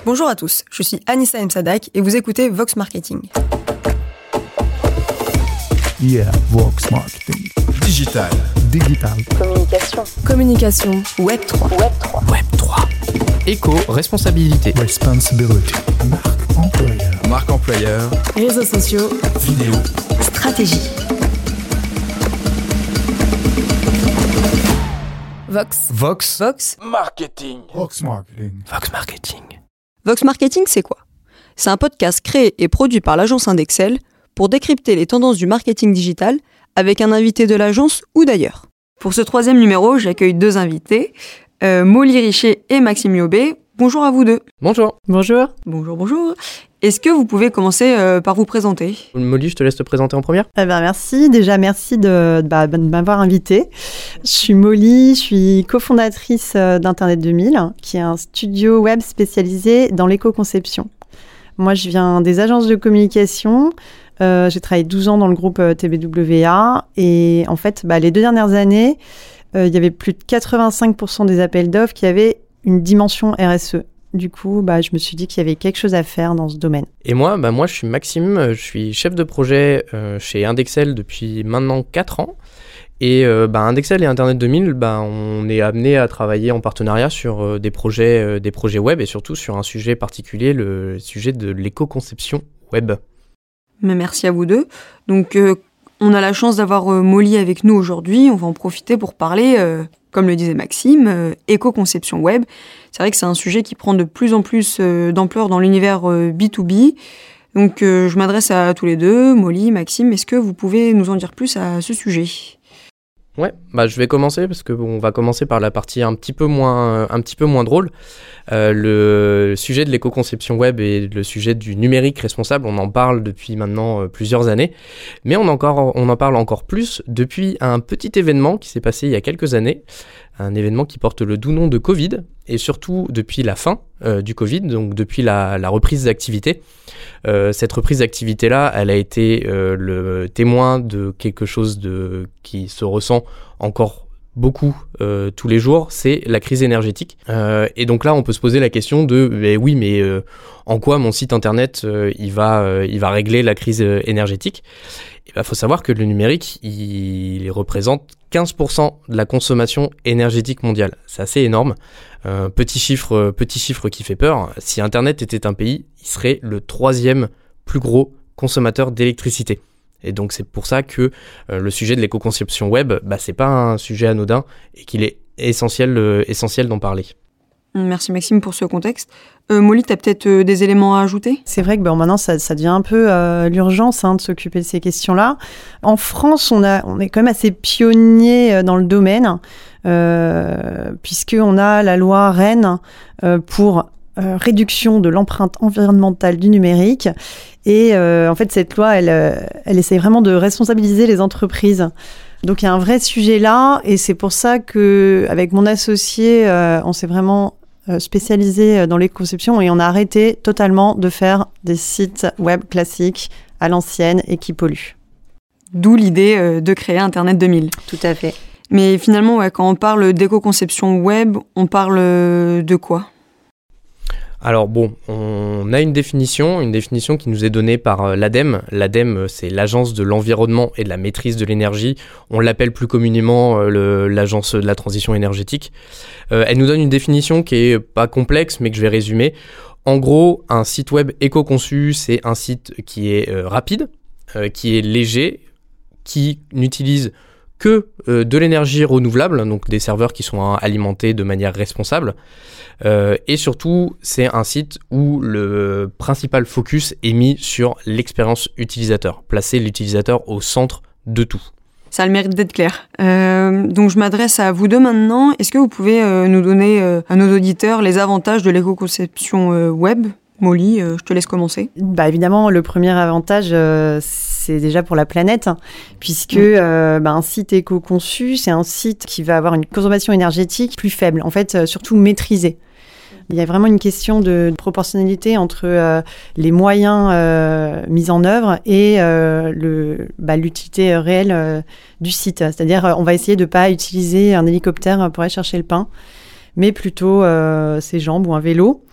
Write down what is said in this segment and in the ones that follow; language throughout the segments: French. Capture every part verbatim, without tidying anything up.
Bonjour à tous, je suis Anissa Msadak et vous écoutez Vox Marketing. Yeah, Vox Marketing. Digital. Digital. Communication. Communication. Web trois. Web trois. Web trois. Éco-responsabilité. Responsibility. Marque employeur. Marque employeur. Réseaux sociaux. Vidéo. Stratégie. Vox. Vox. Vox. Marketing. Vox Marketing. Vox Marketing. Vox Marketing, c'est quoi ? C'est un podcast créé et produit par l'agence Indexel pour décrypter les tendances du marketing digital avec un invité de l'agence ou d'ailleurs. Pour ce troisième numéro, j'accueille deux invités, euh, Molly Richer et Maxime Liobé. Bonjour à vous deux. Bonjour. Bonjour. Bonjour, bonjour. Est-ce que vous pouvez commencer euh, par vous présenter ? Molly, je te laisse te présenter en première. Eh ben merci, déjà merci de, de, de m'avoir invitée. Je suis Molly, je suis cofondatrice d'Internet deux mille, qui est un studio web spécialisé dans l'éco-conception. Moi, je viens des agences de communication. Euh, j'ai travaillé douze ans dans le groupe T B W A et en fait, bah, les deux dernières années, euh, il y avait plus de quatre-vingt-cinq pour cent des appels d'offres qui avaient une dimension R S E. Du coup, bah, je me suis dit qu'il y avait quelque chose à faire dans ce domaine. Et moi, bah, moi je suis Maxime, je suis chef de projet euh, chez Indexel depuis maintenant quatre ans. Et euh, bah, Indexel et Internet deux mille, bah, on est amené à travailler en partenariat sur euh, des, projets, euh, des projets web et surtout sur un sujet particulier, le sujet de l'éco-conception web. Mais merci à vous deux. Donc, euh, on a la chance d'avoir euh, Molly avec nous aujourd'hui. On va en profiter pour parler, euh, comme le disait Maxime, euh, éco-conception web. C'est vrai que c'est un sujet qui prend de plus en plus euh, d'ampleur dans l'univers euh, B deux B. Donc, euh, je m'adresse à tous les deux. Molly, Maxime, est-ce que vous pouvez nous en dire plus à ce sujet ? Ouais, bah je vais commencer parce que bon, on va commencer par la partie un petit peu moins, un petit peu moins drôle. Euh, le sujet de l'éco-conception web et le sujet du numérique responsable, on en parle depuis maintenant euh, plusieurs années, mais on, encore, on en parle encore plus depuis un petit événement qui s'est passé il y a quelques années, un événement qui porte le doux nom de Covid, et surtout depuis la fin euh, du Covid, donc depuis la, la reprise d'activité. Euh, cette reprise d'activité-là, elle a été euh, le témoin de quelque chose de, qui se ressent encore beaucoup euh, tous les jours, c'est la crise énergétique. Euh, et donc là, on peut se poser la question de, mais oui, mais euh, en quoi mon site internet, euh, il va, euh, il va régler la crise euh, énergétique ? Il bah, faut savoir que le numérique, il, il représente quinze pour cent de la consommation énergétique mondiale. C'est assez énorme. Euh, petit chiffre, euh, petit chiffre qui fait peur. Si Internet était un pays, il serait le troisième plus gros consommateur d'électricité. Et donc c'est pour ça que euh, le sujet de l'éco-conception web, bah, c'est pas un sujet anodin et qu'il est essentiel, euh, essentiel d'en parler. Merci Maxime pour ce contexte. Euh, Molly, tu as peut-être euh, des éléments à ajouter ? C'est vrai que bon, maintenant, ça, ça devient un peu euh, l'urgence hein, de s'occuper de ces questions-là. En France, on, a, on est quand même assez pionnier dans le domaine, euh, puisqu'on a la loi Rennes euh, pour euh, réduction de l'empreinte environnementale du numérique. Et euh, en fait, cette loi, elle, elle essaie vraiment de responsabiliser les entreprises. Donc, il y a un vrai sujet là, et c'est pour ça qu'avec mon associé, euh, on s'est vraiment spécialisé dans l'éco-conception et on a arrêté totalement de faire des sites web classiques à l'ancienne et qui polluent. D'où l'idée euh, de créer Internet deux mille. Tout à fait. Mais finalement, ouais, quand on parle d'éco-conception web, on parle de quoi ? Alors bon, on a une définition, une définition qui nous est donnée par l'ADEME. L'ADEME, c'est l'Agence de l'environnement et de la maîtrise de l'énergie. On l'appelle plus communément le, l'Agence de la transition énergétique. Euh, elle nous donne une définition qui est pas complexe, mais que je vais résumer. En gros, un site web éco-conçu, c'est un site qui est euh, rapide, euh, qui est léger, qui n'utilise que euh, de l'énergie renouvelable, donc des serveurs qui sont hein, alimentés de manière responsable. Euh, et surtout, c'est un site où le principal focus est mis sur l'expérience utilisateur, placer l'utilisateur au centre de tout. Ça a le mérite d'être clair. Euh, donc je m'adresse à vous deux maintenant. Est-ce que vous pouvez euh, nous donner euh, à nos auditeurs les avantages de l'éco-conception euh, web ? Molly, euh, je te laisse commencer. Bah, évidemment, le premier avantage, euh, c'est déjà pour la planète, hein, puisque euh, bah, un site éco-conçu, c'est un site qui va avoir une consommation énergétique plus faible, en fait, euh, surtout maîtrisée. Il y a vraiment une question de proportionnalité entre euh, les moyens euh, mis en œuvre et euh, le, bah, l'utilité réelle euh, du site. C'est-à-dire, on va essayer de ne pas utiliser un hélicoptère pour aller chercher le pain, mais plutôt euh, ses jambes ou un vélo.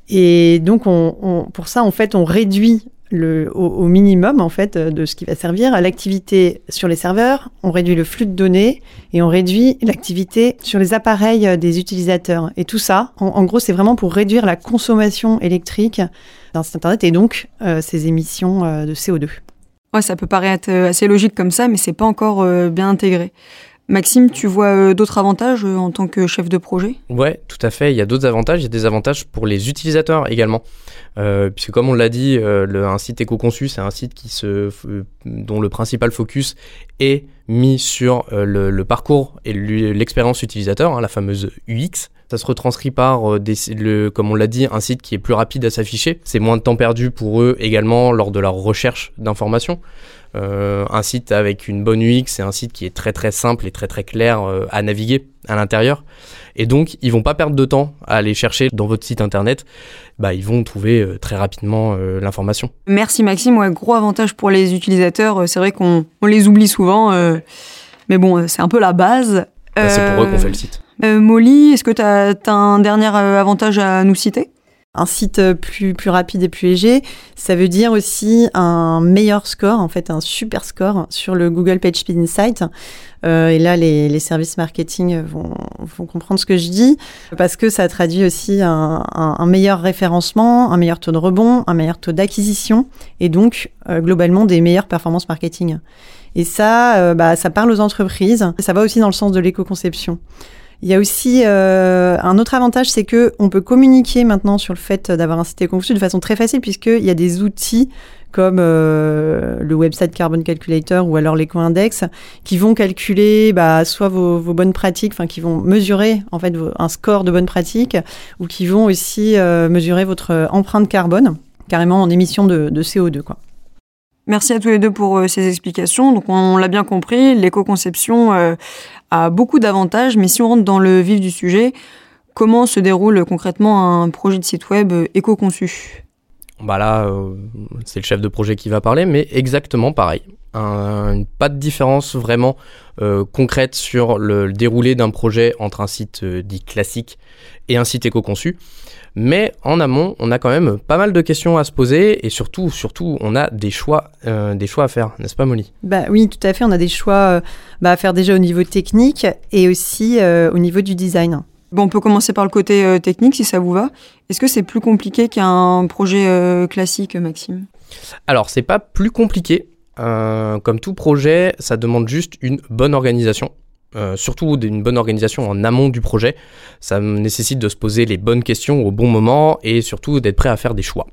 Et donc, on, on, pour ça, en fait, on réduit le, au, au minimum en fait, de ce qui va servir à l'activité sur les serveurs, on réduit le flux de données et on réduit l'activité sur les appareils des utilisateurs. Et tout ça, en, en gros, c'est vraiment pour réduire la consommation électrique d'un site internet et donc euh, ses émissions euh, de C O deux. Ouais, ça peut paraître assez logique comme ça, mais c'est pas encore euh, bien intégré. Maxime, tu vois euh, d'autres avantages euh, en tant que chef de projet ? Ouais, tout à fait. Il y a d'autres avantages. Il y a des avantages pour les utilisateurs également. Euh, puisque comme on l'a dit, euh, le, un site éco-conçu, c'est un site qui se, euh, dont le principal focus est mis sur euh, le, le parcours et l'expérience utilisateur, hein, la fameuse U X. Ça se retranscrit par, euh, des, le, comme on l'a dit, un site qui est plus rapide à s'afficher. C'est moins de temps perdu pour eux également lors de leur recherche d'informations. Euh, un site avec une bonne U X, c'est un site qui est très très simple et très très clair euh, à naviguer à l'intérieur. Et donc, ils vont pas perdre de temps à aller chercher dans votre site internet. Bah, ils vont trouver euh, très rapidement euh, l'information. Merci Maxime. Ouais, gros avantage pour les utilisateurs. C'est vrai qu'on on les oublie souvent, euh, mais bon, c'est un peu la base. Bah, euh, c'est pour eux qu'on fait le site. Euh, Molly, est-ce que tu as un dernier avantage à nous citer ? Un site plus, plus rapide et plus léger, ça veut dire aussi un meilleur score, en fait un super score sur le Google PageSpeed Insight. Euh, et là, les, les services marketing vont, vont comprendre ce que je dis, parce que ça traduit aussi un, un, un meilleur référencement, un meilleur taux de rebond, un meilleur taux d'acquisition, et donc euh, globalement des meilleures performances marketing. Et ça, euh, bah, ça parle aux entreprises, ça va aussi dans le sens de l'éco-conception. Il y a aussi euh, un autre avantage, c'est qu'on peut communiquer maintenant sur le fait d'avoir un site éco-conçu de façon très facile, puisqu'il y a des outils comme euh, le website Carbon Calculator ou alors l'Eco-Index qui vont calculer bah, soit vos, vos bonnes pratiques, enfin qui vont mesurer en fait vos, un score de bonnes pratiques ou qui vont aussi euh, mesurer votre empreinte carbone, carrément en émissions de, de C O deux, quoi. Merci à tous les deux pour euh, ces explications. Donc on l'a bien compris, l'éco-conception euh, a beaucoup d'avantages, mais si on rentre dans le vif du sujet, comment se déroule concrètement un projet de site web euh, éco-conçu ? Bah là, euh, c'est le chef de projet qui va parler, mais exactement pareil. Un, pas de différence vraiment euh, concrète sur le, le déroulé d'un projet entre un site euh, dit classique et un site éco-conçu. Mais en amont, on a quand même pas mal de questions à se poser et surtout, surtout, on a des choix, euh, des choix à faire, n'est-ce pas Molly ? Bah oui, tout à fait. On a des choix euh, bah, à faire déjà au niveau technique et aussi euh, au niveau du design. Bon, on peut commencer par le côté euh, technique si ça vous va. Est-ce que c'est plus compliqué qu'un projet euh, classique, Maxime ? Alors, c'est pas plus compliqué. Euh, comme tout projet, ça demande juste une bonne organisation. Euh, surtout une bonne organisation en amont du projet. Ça nécessite de se poser les bonnes questions au bon moment et surtout d'être prêt à faire des choix.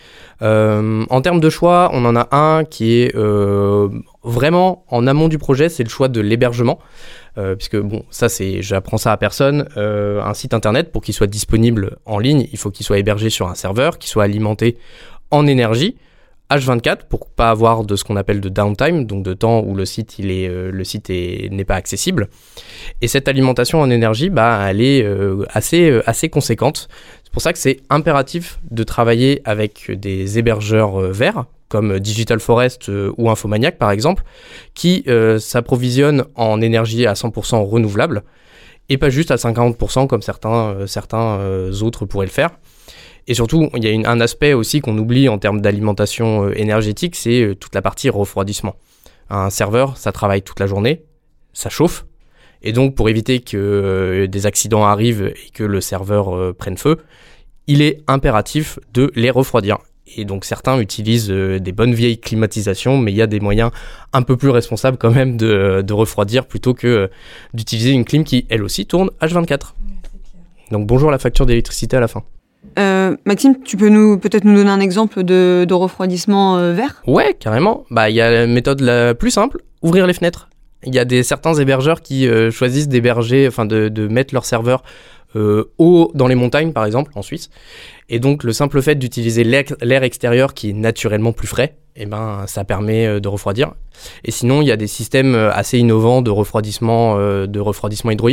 Euh, en termes de choix, on en a un qui est euh, vraiment en amont du projet, c'est le choix de l'hébergement. Euh, puisque bon, ça c'est, j'apprends ça à personne, euh, un site internet pour qu'il soit disponible en ligne, il faut qu'il soit hébergé sur un serveur, qu'il soit alimenté en énergie, H vingt-quatre pour pas avoir de ce qu'on appelle de downtime, donc de temps où le site il est euh, le site est, n'est pas accessible. Et cette alimentation en énergie, bah elle est euh, assez euh, assez conséquente. C'est pour ça que c'est impératif de travailler avec des hébergeurs euh, verts comme Digital Forest euh, ou Infomaniac par exemple, qui euh, s'approvisionnent en énergie à cent pour cent renouvelable et pas juste à cinquante pour cent comme certains euh, certains euh, autres pourraient le faire. Et surtout, il y a une, un aspect aussi qu'on oublie en termes d'alimentation euh, énergétique, c'est euh, toute la partie refroidissement. Un serveur, ça travaille toute la journée, ça chauffe, et donc pour éviter que euh, des accidents arrivent et que le serveur euh, prenne feu, il est impératif de les refroidir. Et donc certains utilisent euh, des bonnes vieilles climatisations, mais il y a des moyens un peu plus responsables quand même de, de refroidir plutôt que euh, d'utiliser une clim qui, elle aussi, tourne H vingt-quatre. Donc bonjour la facture d'électricité à la fin. Euh, Maxime, tu peux nous peut-être nous donner un exemple de, de refroidissement euh, vert ? Ouais, carrément. Bah, il y a la méthode la plus simple, ouvrir les fenêtres. Il y a des certains hébergeurs qui euh, choisissent d'héberger, enfin de, de mettre leur serveur euh, haut dans les montagnes, par exemple, en Suisse. Et donc, le simple fait d'utiliser l'air, l'air extérieur qui est naturellement plus frais, eh ben, ça permet euh, de refroidir. Et sinon, il y a des systèmes assez innovants de refroidissement, euh, de refroidissement hydraulique.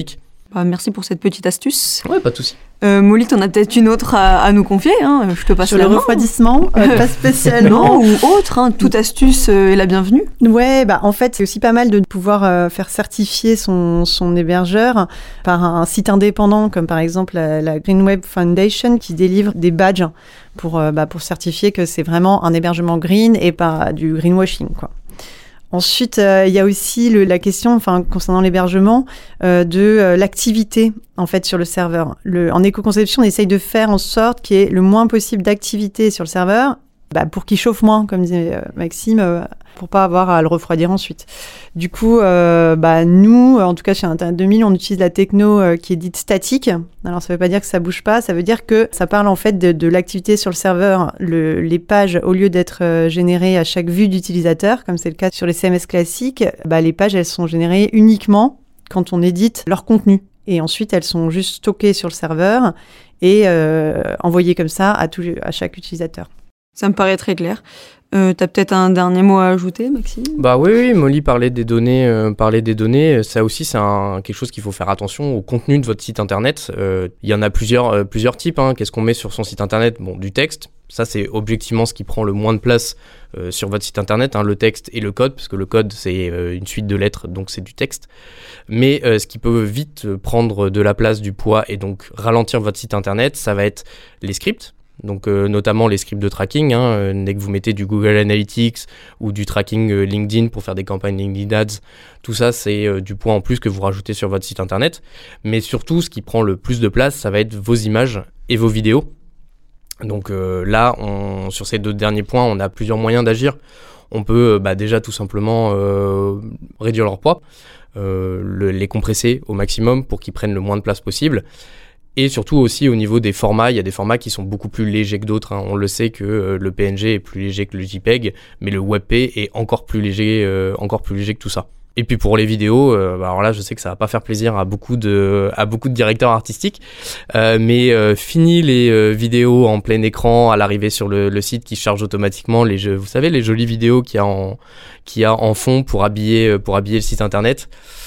Bah, merci pour cette petite astuce. Ouais, pas de souci. Euh, Molly, t'en as peut-être une autre à, à nous confier, hein. Je te passe Sur la le main. refroidissement, euh, pas spécialement. Non, ou autre, hein. Toute astuce euh, est la bienvenue. Ouais, bah en fait, c'est aussi pas mal de pouvoir euh, faire certifier son, son hébergeur par un site indépendant, comme par exemple la, la Green Web Foundation, qui délivre des badges pour, euh, bah, pour certifier que c'est vraiment un hébergement green et pas du greenwashing, quoi. Ensuite, euh, il y a aussi le, la question, enfin, concernant l'hébergement, euh, de euh, l'activité en fait sur le serveur. Le, en éco-conception, on essaye de faire en sorte qu'il y ait le moins possible d'activité sur le serveur, bah, pour qu'il chauffe moins, comme disait euh, Maxime, euh, pour pas avoir à le refroidir ensuite. Du coup, euh, bah, nous, en tout cas chez Internet deux mille, on utilise la techno euh, qui est dite statique. Alors, ça veut pas dire que ça bouge pas, ça veut dire que ça parle en fait de, de l'activité sur le serveur. Le, les pages, au lieu d'être euh, générées à chaque vue d'utilisateur, comme c'est le cas sur les C M S classiques, bah, les pages, elles sont générées uniquement quand on édite leur contenu. Et ensuite, elles sont juste stockées sur le serveur et euh, envoyées comme ça à, tout, à chaque utilisateur. Ça me paraît très clair. Euh, t'as peut-être un dernier mot à ajouter, Maxime ? Bah oui, oui, Molly parlait des données, euh, parlait des données. Ça aussi, c'est un, quelque chose qu'il faut faire attention au contenu de votre site internet. Euh, il y en a plusieurs, euh, plusieurs types. Hein. Qu'est-ce qu'on met sur son site internet ? Bon, du texte. Ça, c'est objectivement ce qui prend le moins de place euh, sur votre site internet, hein, le texte et le code, parce que le code, c'est euh, une suite de lettres, donc c'est du texte. Mais euh, ce qui peut vite prendre de la place, du poids, et donc ralentir votre site internet, ça va être les scripts. Donc euh, notamment les scripts de tracking, hein, euh, dès que vous mettez du Google Analytics ou du tracking euh, LinkedIn pour faire des campagnes LinkedIn Ads, tout ça c'est euh, du poids en plus que vous rajoutez sur votre site internet. Mais surtout, ce qui prend le plus de place, ça va être vos images et vos vidéos. Donc euh, là, on, sur ces deux derniers points, on a plusieurs moyens d'agir. On peut euh, bah, déjà tout simplement euh, réduire leur poids, euh, le, les compresser au maximum pour qu'ils prennent le moins de place possible. Et surtout aussi au niveau des formats, il y a des formats qui sont beaucoup plus légers que d'autres. Hein. On le sait que euh, le P N G est plus léger que le JPEG, mais le WebP est encore plus léger, euh, encore plus léger que tout ça. Et puis pour les vidéos, euh, alors là je sais que ça va pas faire plaisir à beaucoup de, à beaucoup de directeurs artistiques, euh, mais euh, fini les euh, vidéos en plein écran à l'arrivée sur le, le site qui charge automatiquement les jeux, vous savez les jolies vidéos qu'il y a en, qu'il y a en fond pour habiller, pour habiller le site internet.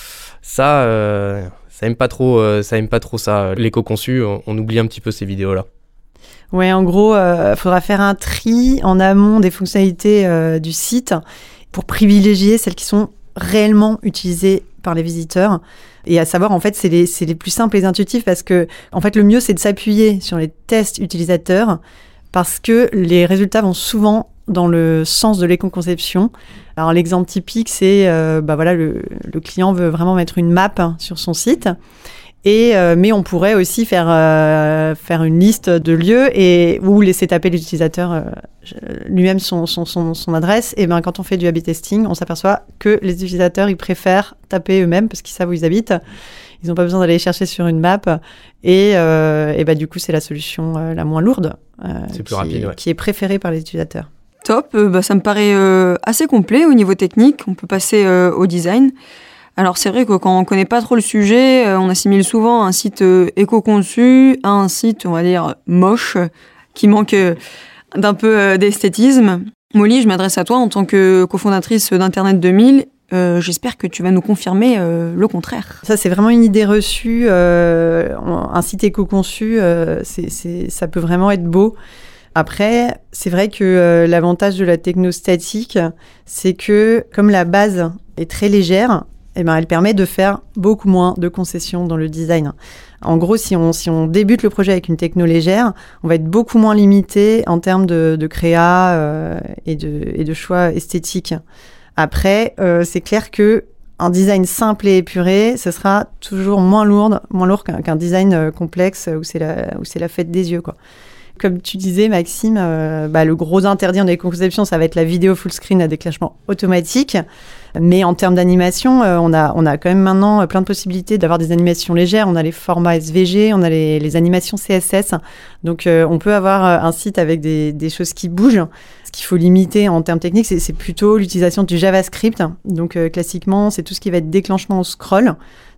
Ça. Euh, Ça aime pas trop, euh, ça aime pas trop ça. L'éco-conçu, on, on oublie un petit peu ces vidéos-là. Ouais, en gros, il euh, faudra faire un tri en amont des fonctionnalités euh, du site pour privilégier celles qui sont réellement utilisées par les visiteurs. Et à savoir, en fait, c'est les, c'est les plus simples et les intuitifs parce que, en fait, le mieux, c'est de s'appuyer sur les tests utilisateurs parce que les résultats vont souvent dans le sens de l'éco-conception. Alors l'exemple typique, c'est euh, bah voilà, le, le client veut vraiment mettre une map sur son site, et, euh, mais on pourrait aussi faire, euh, faire une liste de lieux et, ou laisser taper l'utilisateur euh, lui-même son, son, son, son adresse. Et ben, quand on fait du A B testing, on s'aperçoit que les utilisateurs ils préfèrent taper eux-mêmes parce qu'ils savent où ils habitent. Ils n'ont pas besoin d'aller chercher sur une map. Et, euh, et bah, du coup, c'est la solution euh, la moins lourde euh, c'est plus qui, rapide, ouais. qui est préférée par les utilisateurs. Top, euh, bah, ça me paraît euh, assez complet au niveau technique. On peut passer euh, au design. Alors c'est vrai que quand on connaît pas trop le sujet, euh, on assimile souvent un site euh, éco-conçu à un site, on va dire, moche, qui manque euh, d'un peu euh, d'esthétisme. Molly, je m'adresse à toi en tant que cofondatrice d'Internet deux mille. Euh, j'espère que tu vas nous confirmer euh, le contraire. Ça, c'est vraiment une idée reçue. Euh, un site éco-conçu, euh, c'est, c'est, ça peut vraiment être beau. Après, c'est vrai que euh, l'avantage de la techno statique, c'est que comme la base est très légère, eh ben, elle permet de faire beaucoup moins de concessions dans le design. En gros, si on, si on débute le projet avec une techno légère, on va être beaucoup moins limité en termes de, de créa euh, et, de, et de choix esthétiques. Après, euh, c'est clair que un design simple et épuré, ce sera toujours moins lourd, moins lourd qu'un, qu'un design euh, complexe où c'est la, où c'est la fête des yeux, quoi. Comme tu disais, Maxime, euh, bah, le gros interdit en éco-conception, ça va être la vidéo full screen à déclenchement automatique. Mais en termes d'animation, euh, on a, on a quand même maintenant plein de possibilités d'avoir des animations légères. On a les formats S V G, on a les, les animations C S S. Donc, euh, on peut avoir un site avec des, des choses qui bougent. Ce qu'il faut limiter en termes techniques, c'est, c'est plutôt l'utilisation du JavaScript. Donc, euh, classiquement, c'est tout ce qui va être déclenchement au scroll.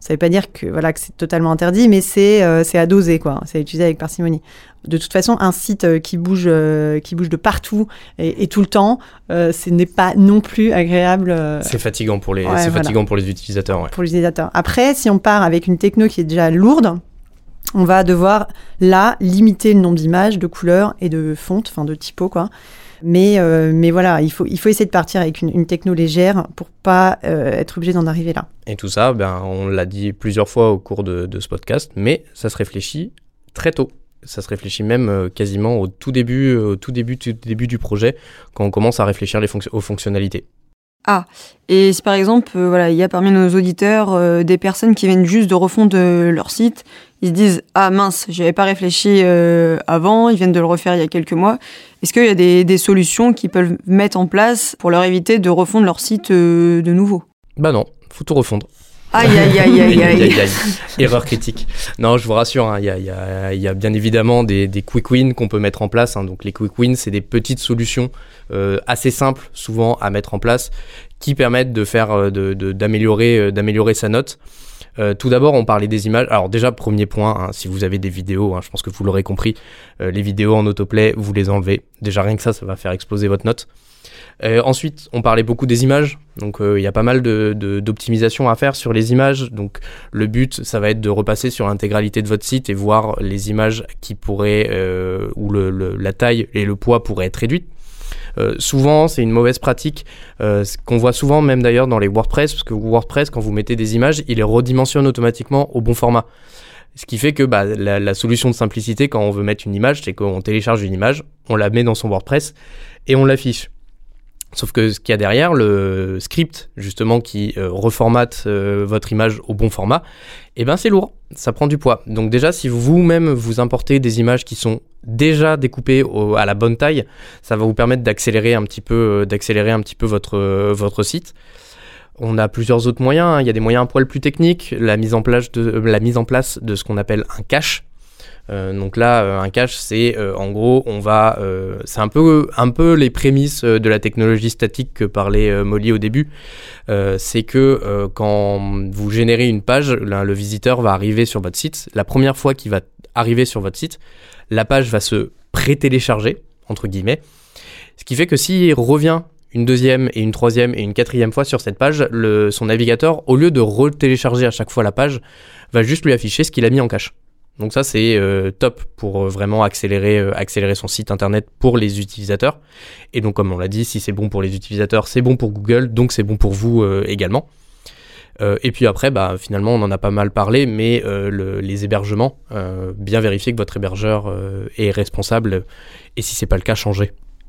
Ça veut pas dire que, voilà, que c'est totalement interdit, mais c'est, euh, c'est à doser, quoi. C'est à utiliser avec parcimonie. De toute façon, un site euh, qui bouge, euh, qui bouge de partout et, et tout le temps, euh, ce n'est pas non plus agréable. Euh... C'est fatigant pour les, Ouais, c'est voilà. fatigant pour les utilisateurs. Ouais. Pour les utilisateurs. Après, si on part avec une techno qui est déjà lourde, on va devoir, là, limiter le nombre d'images, de couleurs et de fontes, enfin de typos, quoi. Mais, euh, mais voilà, il faut, il faut essayer de partir avec une, une techno légère pour pas euh, être obligé d'en arriver là. Et tout ça, ben, on l'a dit plusieurs fois au cours de, de ce podcast, mais ça se réfléchit très tôt. Ça se réfléchit même euh, quasiment au tout début, euh, au tout début, tout début du projet, quand on commence à réfléchir les fonc- aux fonctionnalités. Ah, et si par exemple, euh, voilà, il y a parmi nos auditeurs euh, des personnes qui viennent juste de refondre euh, leur site, ils se disent « Ah mince, j'y avais pas réfléchi euh, avant, ils viennent de le refaire il y a quelques mois ». Est-ce qu'il y a des, des solutions qu'ils peuvent mettre en place pour leur éviter de refondre leur site euh, de nouveau ? Bah non, faut tout refondre. Aïe, aïe, aïe, aïe, aïe. Erreur critique. Non, je vous rassure, il hein, y, y, y a bien évidemment des, des quick wins qu'on peut mettre en place. Hein. Donc les quick wins, c'est des petites solutions euh, assez simples, souvent à mettre en place, qui permettent de faire, de, de, d'améliorer, euh, d'améliorer sa note. Euh, tout d'abord, on parlait des images. Alors déjà, premier point, hein, si vous avez des vidéos, hein, je pense que vous l'aurez compris, euh, les vidéos en autoplay, vous les enlevez. Déjà rien que ça, ça va faire exploser votre note. Euh, ensuite, on parlait beaucoup des images, donc il euh, y a pas mal de, de, d'optimisation à faire sur les images. Donc le but, ça va être de repasser sur l'intégralité de votre site et voir les images qui pourraient, euh, où le, le, la taille et le poids pourraient être réduits. Euh, souvent, c'est une mauvaise pratique euh, qu'on voit souvent même d'ailleurs dans les WordPress, parce que WordPress, quand vous mettez des images, il les redimensionne automatiquement au bon format. Ce qui fait que bah, la, la solution de simplicité quand on veut mettre une image, c'est qu'on télécharge une image, on la met dans son WordPress et on l'affiche. Sauf que ce qu'il y a derrière, le script justement qui euh, reformate euh, votre image au bon format, eh ben c'est lourd, ça prend du poids. Donc déjà, si vous-même vous importez des images qui sont déjà découpées au, à la bonne taille, ça va vous permettre d'accélérer un petit peu, euh, d'accélérer un petit peu votre, euh, votre site. On a plusieurs autres moyens, hein. Il y a des moyens un poil plus techniques, la mise en place de, euh, la mise en place de ce qu'on appelle un cache. Euh, donc là, euh, un cache, c'est euh, en gros, on va, euh, c'est un peu, un peu les prémices euh, de la technologie statique que parlait euh, Molly au début. Euh, c'est que euh, quand vous générez une page, là, le visiteur va arriver sur votre site. La première fois qu'il va arriver sur votre site, la page va se pré-télécharger entre guillemets, ce qui fait que s'il revient une deuxième et une troisième et une quatrième fois sur cette page, le, son navigateur, au lieu de retélécharger à chaque fois la page, va juste lui afficher ce qu'il a mis en cache. Donc ça, c'est euh, top pour euh, vraiment accélérer, euh, accélérer son site internet pour les utilisateurs. Et donc, comme on l'a dit, si c'est bon pour les utilisateurs, c'est bon pour Google, donc c'est bon pour vous euh, également. Euh, et puis après, bah, finalement, on en a pas mal parlé, mais euh, le, les hébergements, euh, bien vérifier que votre hébergeur euh, est responsable. Et si c'est pas le cas, changez.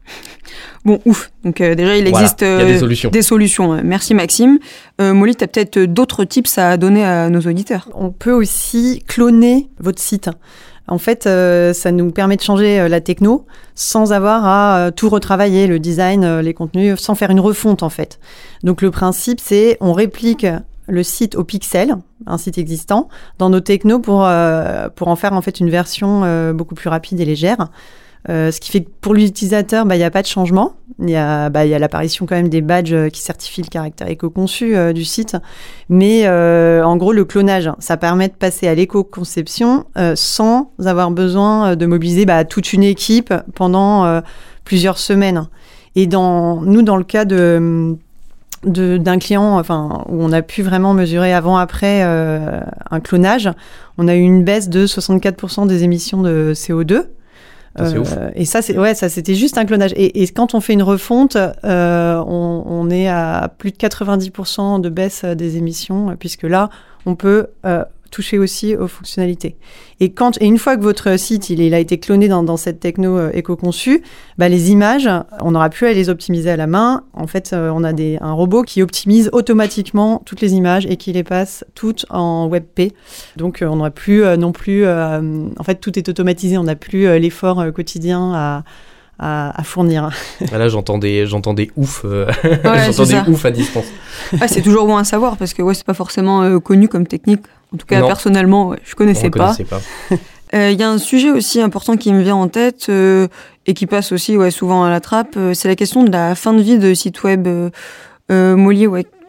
Bon, ouf. Donc euh, déjà, il Voilà, existe euh, y a des solutions. des solutions. Merci Maxime. Euh, Molly, tu as peut-être d'autres tips à donner à nos auditeurs. On peut aussi cloner votre site. En fait, euh, ça nous permet de changer euh, la techno sans avoir à euh, tout retravailler, le design, euh, les contenus, sans faire une refonte en fait. Donc le principe, c'est on réplique le site au pixel, un site existant, dans nos technos pour, euh, pour en faire en fait une version euh, beaucoup plus rapide et légère. Euh, ce qui fait que pour l'utilisateur, bah, il n'y a pas de changement. Il y a, bah, il y a l'apparition quand même des badges qui certifient le caractère éco-conçu euh, du site. Mais euh, en gros, le clonage, ça permet de passer à l'éco-conception euh, sans avoir besoin de mobiliser bah, toute une équipe pendant euh, plusieurs semaines. Et dans, nous, dans le cas de... De, d'un client enfin, où on a pu vraiment mesurer avant-après euh, un clonage, on a eu une baisse de soixante-quatre pour cent des émissions de C O deux. Ça, c'est euh, ouf. Et ça, c'est, ouais, ça, c'était juste un clonage. Et, et quand on fait une refonte, euh, on, on est à plus de quatre-vingt-dix pour cent de baisse des émissions, puisque là, on peut euh, toucher aussi aux fonctionnalités. Et, quand, et une fois que votre site il, il a été cloné dans, dans cette techno euh, éco-conçue, bah, les images, on n'aura plus à les optimiser à la main. En fait, euh, on a des, un robot qui optimise automatiquement toutes les images et qui les passe toutes en WebP. Donc, euh, on n'aura plus euh, non plus... Euh, en fait, tout est automatisé. On n'a plus euh, l'effort euh, quotidien à... À, à fournir. Là, j'entends des, j'entends des ouf, euh, Ouais, j'entends c'est des ça. ouf à distance. Ah, c'est toujours bon à savoir parce que ouais, c'est pas forcément euh, connu comme technique. En tout cas, Non. personnellement, ouais, je On connaissais ne pas. connaissait pas. Il euh, y a un sujet aussi important qui me vient en tête euh, et qui passe aussi ouais, souvent à la trappe. Euh, c'est la question de la fin de vie de site web. Euh, euh, Molly, ouais,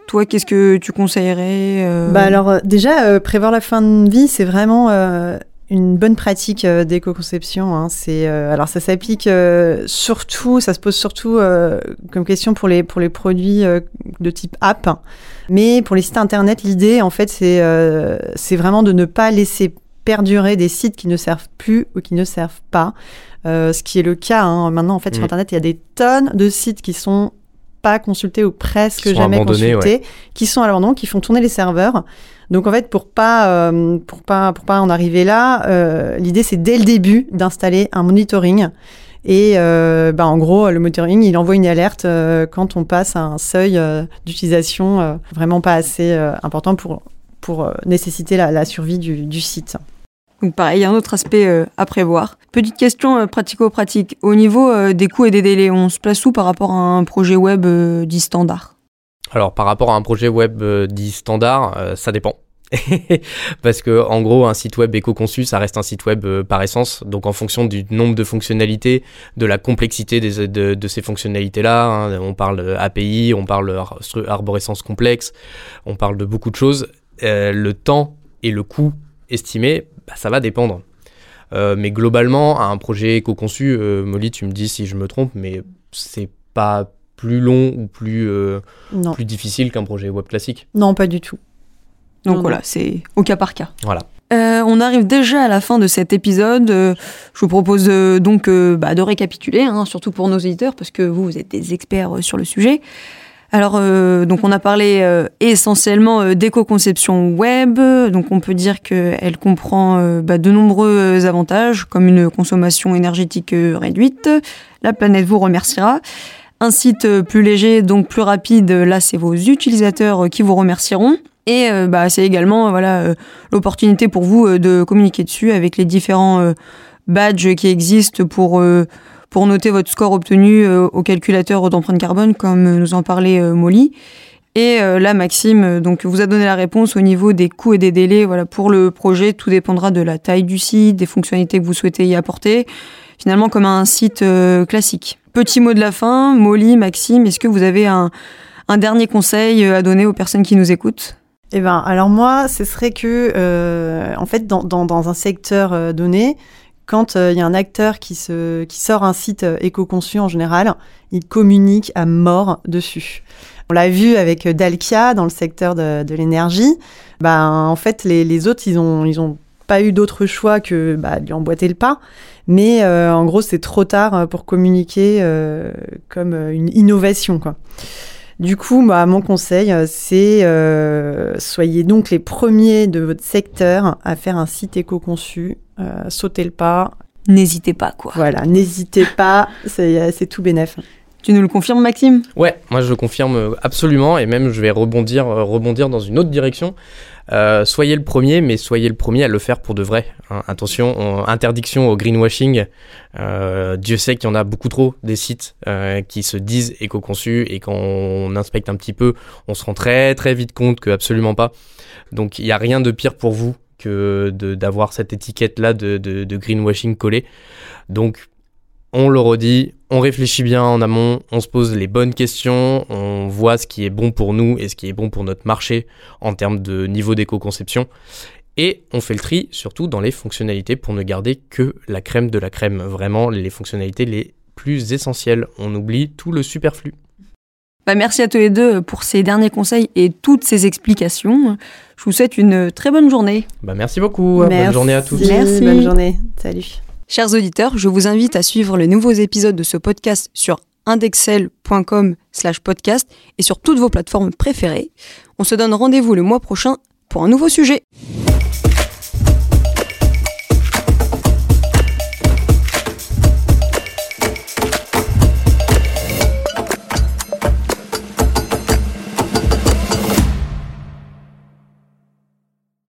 toi, qu'est-ce que tu conseillerais euh... Bah alors euh, déjà, euh, prévoir la fin de vie, c'est vraiment euh, une bonne pratique euh, d'éco-conception. Hein. C'est, euh, alors ça s'applique euh, surtout, ça se pose surtout euh, comme question pour les, pour les produits euh, de type app. Mais pour les sites internet, l'idée, en fait, c'est, euh, c'est vraiment de ne pas laisser perdurer des sites qui ne servent plus ou qui ne servent pas. Euh, ce qui est le cas. Hein. Maintenant, en fait, mmh. sur Internet, il y a des tonnes de sites qui sont pas consultés ou presque jamais consultés, ouais. qui sont à l'abandon, qui font tourner les serveurs. Donc, en fait, pour pas, euh, pour pas, pour pas en arriver là, euh, l'idée, c'est dès le début d'installer un monitoring. Et euh, bah, en gros, le monitoring, il envoie une alerte euh, quand on passe à un seuil euh, d'utilisation euh, vraiment pas assez euh, important pour, pour euh, nécessiter la, la survie du, du site. Donc pareil, un autre aspect euh, à prévoir. Petite question euh, pratico-pratique. Au niveau euh, des coûts et des délais, on se place où par rapport à un projet web euh, dit standard ? Alors par rapport à un projet web euh, dit standard, euh, ça dépend. Parce que en gros, un site web éco-conçu, ça reste un site web euh, par essence. Donc en fonction du nombre de fonctionnalités, de la complexité des, de, de ces fonctionnalités-là, hein, on parle A P I, on parle ar- arborescence complexe, on parle de beaucoup de choses. Euh, le temps et le coût estimé, bah, ça va dépendre. Euh, mais globalement, un projet éco-conçu, euh, Molly, tu me dis si je me trompe, mais c'est pas plus long ou plus, euh, plus difficile qu'un projet web classique. Non, pas du tout. Donc non, voilà, non. c'est au cas par cas. Voilà. Euh, on arrive déjà à la fin de cet épisode. Euh, je vous propose euh, donc euh, bah, de récapituler, hein, surtout pour nos auditeurs, parce que vous, vous êtes des experts euh, sur le sujet. Alors, euh, donc on a parlé euh, essentiellement euh, d'éco-conception web. Donc, on peut dire qu'elle comprend euh, bah, de nombreux avantages, comme une consommation énergétique euh, réduite. La planète vous remerciera. Un site euh, plus léger, donc plus rapide. Là, c'est vos utilisateurs euh, qui vous remercieront. Et euh, bah, c'est également euh, voilà, euh, l'opportunité pour vous euh, de communiquer dessus avec les différents euh, badges qui existent pour... Euh, pour noter votre score obtenu euh, au calculateur d'empreinte carbone, comme euh, nous en parlait euh, Molly. Et euh, là, Maxime euh, donc, vous a donné la réponse au niveau des coûts et des délais. Voilà, pour le projet, tout dépendra de la taille du site, des fonctionnalités que vous souhaitez y apporter, finalement comme un site euh, classique. Petit mot de la fin, Molly, Maxime, est-ce que vous avez un, un dernier conseil à donner aux personnes qui nous écoutent ? Eh ben, alors moi, ce serait que, euh, en fait, dans, dans, dans un secteur euh, donné, quand il euh, y a un acteur qui, se, qui sort un site euh, éco-conçu en général, il communique à mort dessus. On l'a vu avec Dalkia dans le secteur de, de l'énergie. Bah, en fait, les, les autres, ils n'ont ils ont pas eu d'autre choix que bah, de lui emboîter le pas. Mais euh, en gros, c'est trop tard pour communiquer euh, comme une innovation, quoi. Du coup, bah, mon conseil, c'est euh, soyez donc les premiers de votre secteur à faire un site éco-conçu. Euh, sautez le pas. N'hésitez pas, quoi. Voilà, n'hésitez pas, c'est, c'est tout bénef. Tu nous le confirmes, Maxime ? Ouais, moi je le confirme absolument, et même je vais rebondir, rebondir dans une autre direction. Euh, soyez le premier, mais soyez le premier à le faire pour de vrai. Hein. Attention, on, interdiction au greenwashing. Euh, Dieu sait qu'il y en a beaucoup trop des sites euh, qui se disent éco-conçus, et quand on inspecte un petit peu, on se rend très très vite compte que absolument pas. Donc il n'y a rien de pire pour vous que de, d'avoir cette étiquette-là de, de, de greenwashing collée. Donc on le redit, on réfléchit bien en amont, on se pose les bonnes questions, on voit ce qui est bon pour nous et ce qui est bon pour notre marché en termes de niveau d'éco-conception. Et on fait le tri, surtout dans les fonctionnalités, pour ne garder que la crème de la crème. Vraiment, les fonctionnalités les plus essentielles. On oublie tout le superflu. Bah merci à tous les deux pour ces derniers conseils et toutes ces explications. Je vous souhaite une très bonne journée. Bah merci beaucoup. Merci. Bonne journée à tous. Merci. Bonne journée. Salut. Chers auditeurs, je vous invite à suivre les nouveaux épisodes de ce podcast sur indexel point com slash podcast et sur toutes vos plateformes préférées. On se donne rendez-vous le mois prochain pour un nouveau sujet.